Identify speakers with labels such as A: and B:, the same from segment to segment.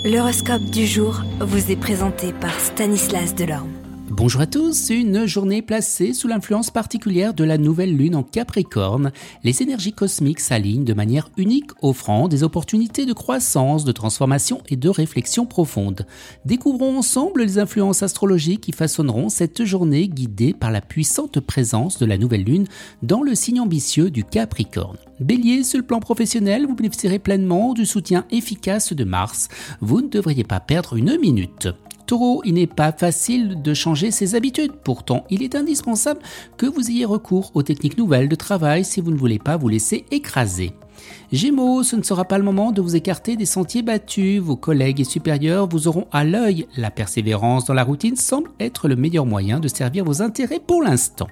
A: L'horoscope du jour vous est présenté par Stanislas Delorme.
B: Bonjour à tous, une journée placée sous l'influence particulière de la nouvelle lune en Capricorne. Les énergies cosmiques s'alignent de manière unique, offrant des opportunités de croissance, de transformation et de réflexion profonde. Découvrons ensemble les influences astrologiques qui façonneront cette journée guidée par la puissante présence de la nouvelle lune dans le signe ambitieux du Capricorne. Bélier, sur le plan professionnel, vous bénéficierez pleinement du soutien efficace de Mars. Vous ne devriez pas perdre une minute. Taureau, il n'est pas facile de changer ses habitudes. Pourtant, il est indispensable que vous ayez recours aux techniques nouvelles de travail si vous ne voulez pas vous laisser écraser. Gémeaux, ce ne sera pas le moment de vous écarter des sentiers battus. Vos collègues et supérieurs vous auront à l'œil. La persévérance dans la routine semble être le meilleur moyen de servir vos intérêts pour l'instant.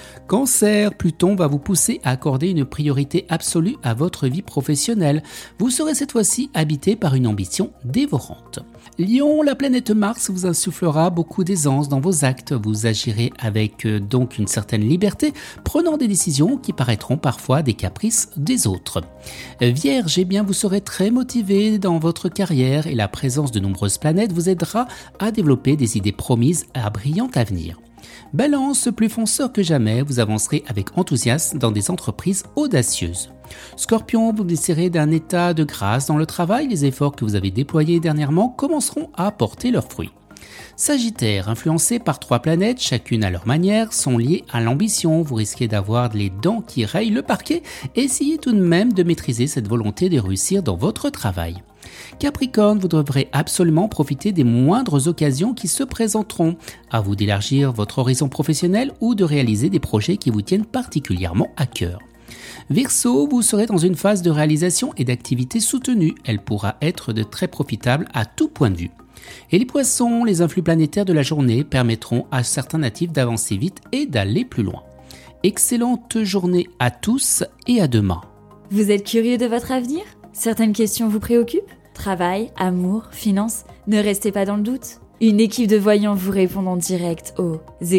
B: Cancer, Pluton va vous pousser à accorder une priorité absolue à votre vie professionnelle. Vous serez cette fois-ci habité par une ambition dévorante. Lion, la planète Mars vous insufflera beaucoup d'aisance dans vos actes. Vous agirez avec donc une certaine liberté, prenant des décisions qui paraîtront parfois des caprices des autres. Vierge, eh bien vous serez très motivé dans votre carrière et la présence de nombreuses planètes vous aidera à développer des idées promises à un brillant avenir. Balance, plus fonceur que jamais, vous avancerez avec enthousiasme dans des entreprises audacieuses. Scorpion, vous bénéficierez d'un état de grâce dans le travail. Les efforts que vous avez déployés dernièrement commenceront à porter leurs fruits. Sagittaire, influencé par 3 planètes, chacune à leur manière, sont liées à l'ambition. Vous risquez d'avoir les dents qui rayent le parquet. Essayez tout de même de maîtriser cette volonté de réussir dans votre travail. Capricorne, vous devrez absolument profiter des moindres occasions qui se présenteront. À vous d'élargir votre horizon professionnel ou de réaliser des projets qui vous tiennent particulièrement à cœur. Verseau, vous serez dans une phase de réalisation et d'activité soutenue. Elle pourra être très profitable à tout point de vue. Et les poissons, les influx planétaires de la journée permettront à certains natifs d'avancer vite et d'aller plus loin. Excellente journée à tous et à demain.
C: Vous êtes curieux de votre avenir ? Certaines questions vous préoccupent ? Travail, amour, finances ? Ne restez pas dans le doute. Une équipe de voyants vous répond en direct au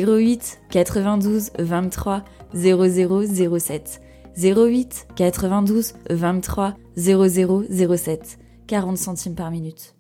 C: 08 92 23 0007. 08 92 23 0007. 40 centimes par minute.